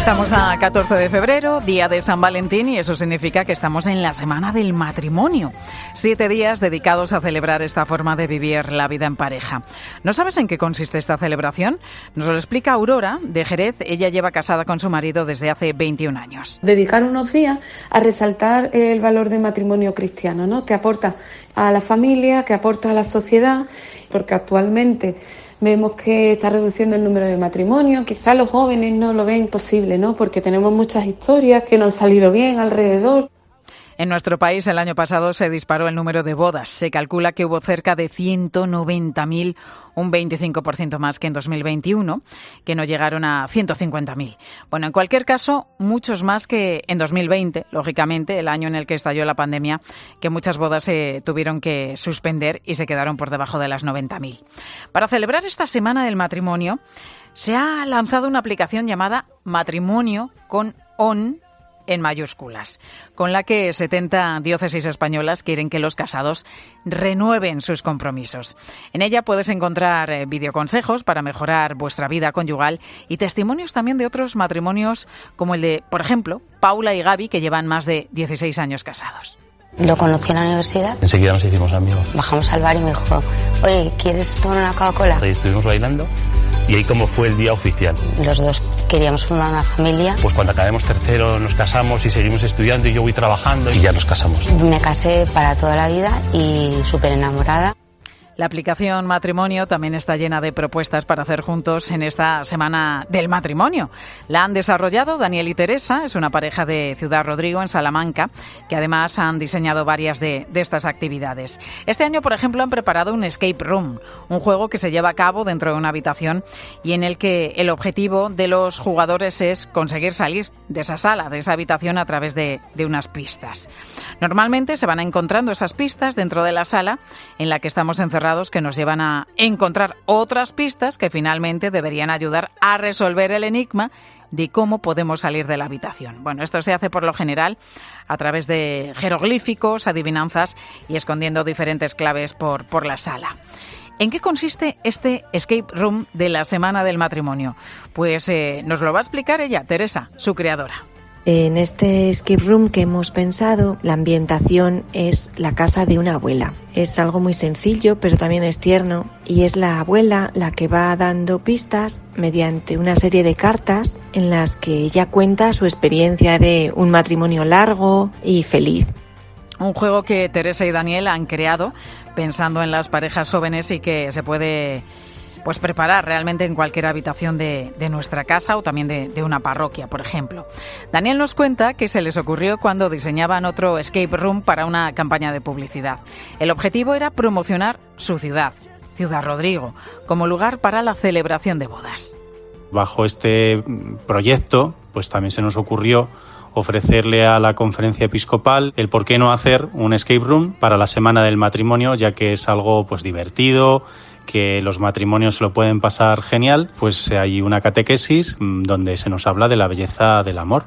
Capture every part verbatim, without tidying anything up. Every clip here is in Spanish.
Estamos a catorce de febrero, día de San Valentín, y eso significa que estamos en la semana del matrimonio. Siete días dedicados a celebrar esta forma de vivir la vida en pareja. ¿No sabes en qué consiste esta celebración? Nos lo explica Aurora, de Jerez. Ella lleva casada con su marido desde hace veintiún años. Dedicar unos días a resaltar el valor del matrimonio cristiano, ¿no? Que aporta a la familia, que aporta a la sociedad, porque actualmente vemos que está reduciendo el número de matrimonios. Quizás los jóvenes no lo ven posible, ¿no? Porque tenemos muchas historias que no han salido bien alrededor. En nuestro país el año pasado se disparó el número de bodas. Se calcula que hubo cerca de ciento noventa mil, un veinticinco por ciento más que en dos mil veintiuno, que no llegaron a ciento cincuenta mil. Bueno, en cualquier caso, muchos más que en dos mil veinte, lógicamente, el año en el que estalló la pandemia, que muchas bodas se tuvieron que suspender y se quedaron por debajo de las noventa mil. Para celebrar esta semana del matrimonio, se ha lanzado una aplicación llamada Matrimonio con On, en mayúsculas, con la que setenta diócesis españolas quieren que los casados renueven sus compromisos. En ella puedes encontrar eh, videoconsejos para mejorar vuestra vida conyugal y testimonios también de otros matrimonios, como el de, por ejemplo, Paula y Gaby, que llevan más de dieciséis años casados. Lo conocí en la universidad. Enseguida nos hicimos amigos. Bajamos al bar y me dijo, oye, ¿quieres tomar una Coca-Cola? Ahí estuvimos bailando. ¿Y ahí cómo fue el día oficial? Los dos queríamos formar una familia. Pues cuando acabemos tercero nos casamos y seguimos estudiando y yo voy trabajando y ya nos casamos. Me casé para toda la vida y súper enamorada. La aplicación Matrimonio también está llena de propuestas para hacer juntos en esta semana del matrimonio. La han desarrollado Daniel y Teresa, es una pareja de Ciudad Rodrigo, en Salamanca, que además han diseñado varias de, de estas actividades. Este año, por ejemplo, han preparado un escape room, un juego que se lleva a cabo dentro de una habitación y en el que el objetivo de los jugadores es conseguir salir de esa sala, de esa habitación, a través de, de unas pistas. Normalmente se van encontrando esas pistas dentro de la sala en la que estamos encerrados, que nos llevan a encontrar otras pistas que finalmente deberían ayudar a resolver el enigma de cómo podemos salir de la habitación. Bueno, esto se hace por lo general a través de jeroglíficos, adivinanzas y escondiendo diferentes claves por, por la sala. ¿En qué consiste este escape room de la semana del matrimonio? Pues eh, nos lo va a explicar ella, Teresa, su creadora. En este escape room que hemos pensado, la ambientación es la casa de una abuela. Es algo muy sencillo, pero también es tierno, y es la abuela la que va dando pistas mediante una serie de cartas en las que ella cuenta su experiencia de un matrimonio largo y feliz. Un juego que Teresa y Daniel han creado pensando en las parejas jóvenes y que se puede pues preparar realmente en cualquier habitación de, de nuestra casa o también de, de una parroquia, por ejemplo. Daniel nos cuenta que se les ocurrió cuando diseñaban otro escape room para una campaña de publicidad. El objetivo era promocionar su ciudad, Ciudad Rodrigo, como lugar para la celebración de bodas. Bajo este proyecto, pues también se nos ocurrió ofrecerle a la conferencia episcopal el por qué no hacer un escape room para la semana del matrimonio, ya que es algo pues divertido, que los matrimonios lo pueden pasar genial. Pues hay una catequesis donde se nos habla de la belleza del amor.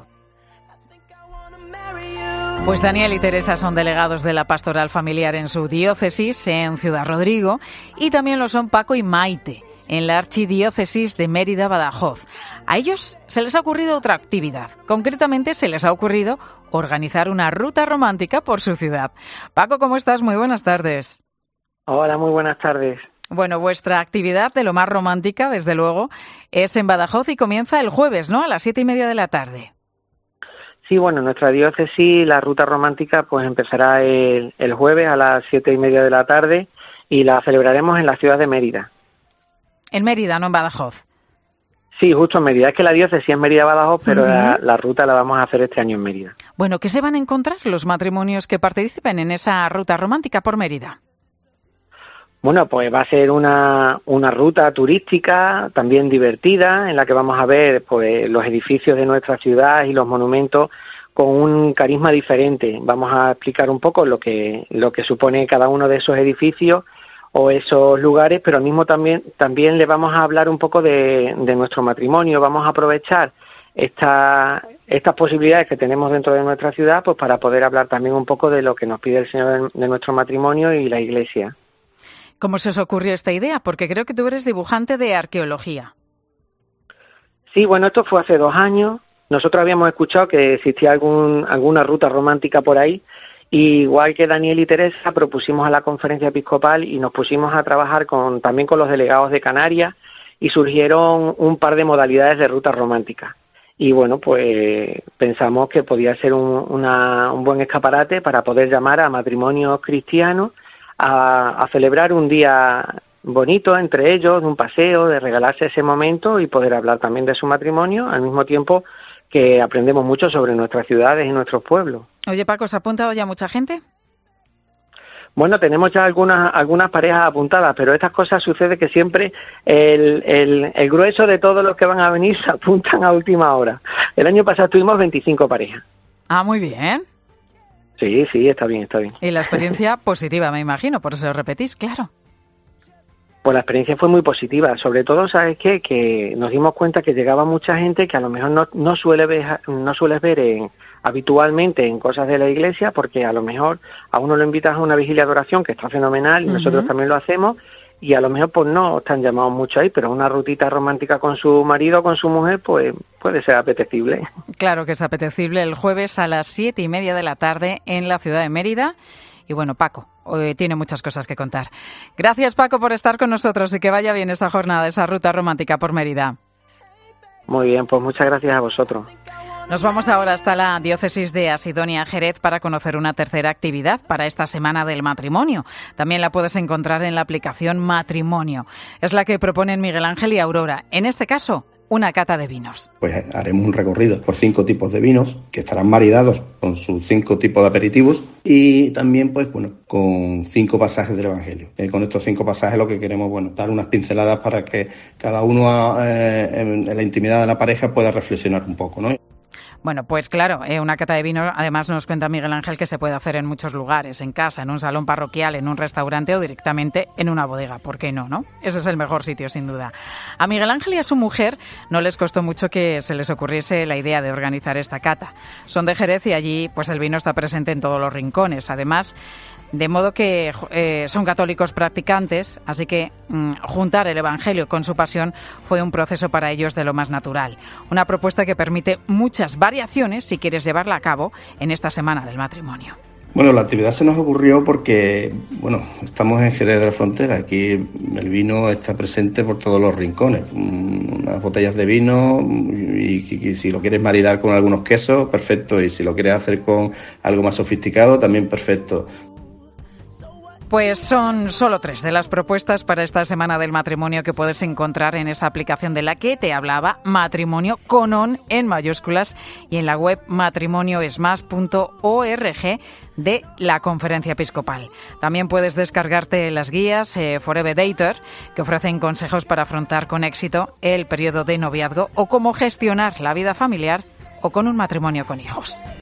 Pues Daniel y Teresa son delegados de la pastoral familiar en su diócesis, en Ciudad Rodrigo, y también lo son Paco y Maite, en la archidiócesis de Mérida-Badajoz. A ellos se les ha ocurrido otra actividad. Concretamente se les ha ocurrido organizar una ruta romántica por su ciudad. Paco, ¿cómo estás? Muy buenas tardes. Hola, muy buenas tardes. Bueno, vuestra actividad de lo más romántica, desde luego, es en Badajoz y comienza el jueves, ¿no? A las siete y media de la tarde. Sí, bueno, en nuestra diócesis la ruta romántica pues empezará el, el jueves a las siete y media de la tarde y la celebraremos en la ciudad de Mérida. En Mérida, no en Badajoz. Sí, justo en Mérida. Es que la diócesis es Mérida-Badajoz, pero uh-huh. la, la ruta la vamos a hacer este año en Mérida. Bueno, ¿qué se van a encontrar los matrimonios que participen en esa ruta romántica por Mérida? Bueno, pues va a ser una, una ruta turística también divertida, en la que vamos a ver pues los edificios de nuestra ciudad y los monumentos con un carisma diferente. Vamos a explicar un poco lo que, lo que supone cada uno de esos edificios o esos lugares, pero al mismo también, también le vamos a hablar un poco de, de nuestro matrimonio. Vamos a aprovechar esta, estas posibilidades que tenemos dentro de nuestra ciudad pues para poder hablar también un poco de lo que nos pide el Señor de, de nuestro matrimonio y la Iglesia. ¿Cómo se os ocurrió esta idea? Porque creo que tú eres dibujante de arqueología. Sí, bueno, esto fue hace dos años nosotros habíamos escuchado que existía algún, alguna ruta romántica por ahí, y igual que Daniel y Teresa propusimos a la Conferencia Episcopal y nos pusimos a trabajar con, también con los delegados de Canarias, y surgieron un par de modalidades de rutas románticas. Y bueno, pues pensamos que podía ser un, una, un buen escaparate para poder llamar a matrimonios cristianos a, a celebrar un día bonito entre ellos, de un paseo, de regalarse ese momento y poder hablar también de su matrimonio, al mismo tiempo que aprendemos mucho sobre nuestras ciudades y nuestros pueblos. Oye, Paco, ¿se ha apuntado ya mucha gente? Bueno, tenemos ya algunas algunas parejas apuntadas, pero estas cosas sucede que siempre el, el, el grueso de todos los que van a venir se apuntan a última hora. El año pasado tuvimos veinticinco parejas. Ah, muy bien. Sí, sí, está bien, está bien. Y la experiencia positiva, me imagino, por eso lo repetís, claro. Pues la experiencia fue muy positiva, sobre todo, ¿sabes qué? Que nos dimos cuenta que llegaba mucha gente que a lo mejor no, no suele ver, no sueles ver en, habitualmente en cosas de la iglesia, porque a lo mejor a uno lo invitas a una vigilia de oración, que está fenomenal, y uh-huh. nosotros también lo hacemos, y a lo mejor pues no están llamados mucho ahí, pero una rutita romántica con su marido o con su mujer, pues puede ser apetecible. Claro que es apetecible, el jueves a las siete y media de la tarde en la ciudad de Mérida. Y bueno, Paco eh, tiene muchas cosas que contar. Gracias, Paco, por estar con nosotros y que vaya bien esa jornada, esa ruta romántica por Mérida. Muy bien, pues muchas gracias a vosotros. Nos vamos ahora hasta la diócesis de Asidonia Jerez para conocer una tercera actividad para esta Semana del Matrimonio. También la puedes encontrar en la aplicación Matrimonio. Es la que proponen Miguel Ángel y Aurora. En este caso, una cata de vinos. Pues haremos un recorrido por cinco tipos de vinos que estarán maridados con sus cinco tipos de aperitivos y también, pues bueno, con cinco pasajes del Evangelio. Eh, con estos cinco pasajes lo que queremos, bueno, dar unas pinceladas para que cada uno eh, en, en la intimidad de la pareja pueda reflexionar un poco, ¿no? Bueno, pues claro, eh, una cata de vino, además nos cuenta Miguel Ángel que se puede hacer en muchos lugares, en casa, en un salón parroquial, en un restaurante o directamente en una bodega. ¿Por qué no, no? Ese es el mejor sitio, sin duda. A Miguel Ángel y a su mujer no les costó mucho que se les ocurriese la idea de organizar esta cata. Son de Jerez y allí pues el vino está presente en todos los rincones. Además, de modo que eh, son católicos practicantes, así que mmm, juntar el Evangelio con su pasión fue un proceso para ellos de lo más natural. Una propuesta que permite muchas variaciones si quieres llevarla a cabo en esta Semana del Matrimonio. Bueno, la actividad se nos ocurrió porque, bueno, estamos en Jerez de la Frontera. Aquí el vino está presente por todos los rincones. Unas botellas de vino y, y, y si lo quieres maridar con algunos quesos, perfecto. Y si lo quieres hacer con algo más sofisticado, también perfecto. Pues son solo tres de las propuestas para esta Semana del Matrimonio que puedes encontrar en esa aplicación de la que te hablaba, Matrimonio con on en mayúsculas, y en la web matrimonioesmas punto org de la Conferencia Episcopal. También puedes descargarte las guías eh, Forever Dater, que ofrecen consejos para afrontar con éxito el periodo de noviazgo o cómo gestionar la vida familiar o con un matrimonio con hijos.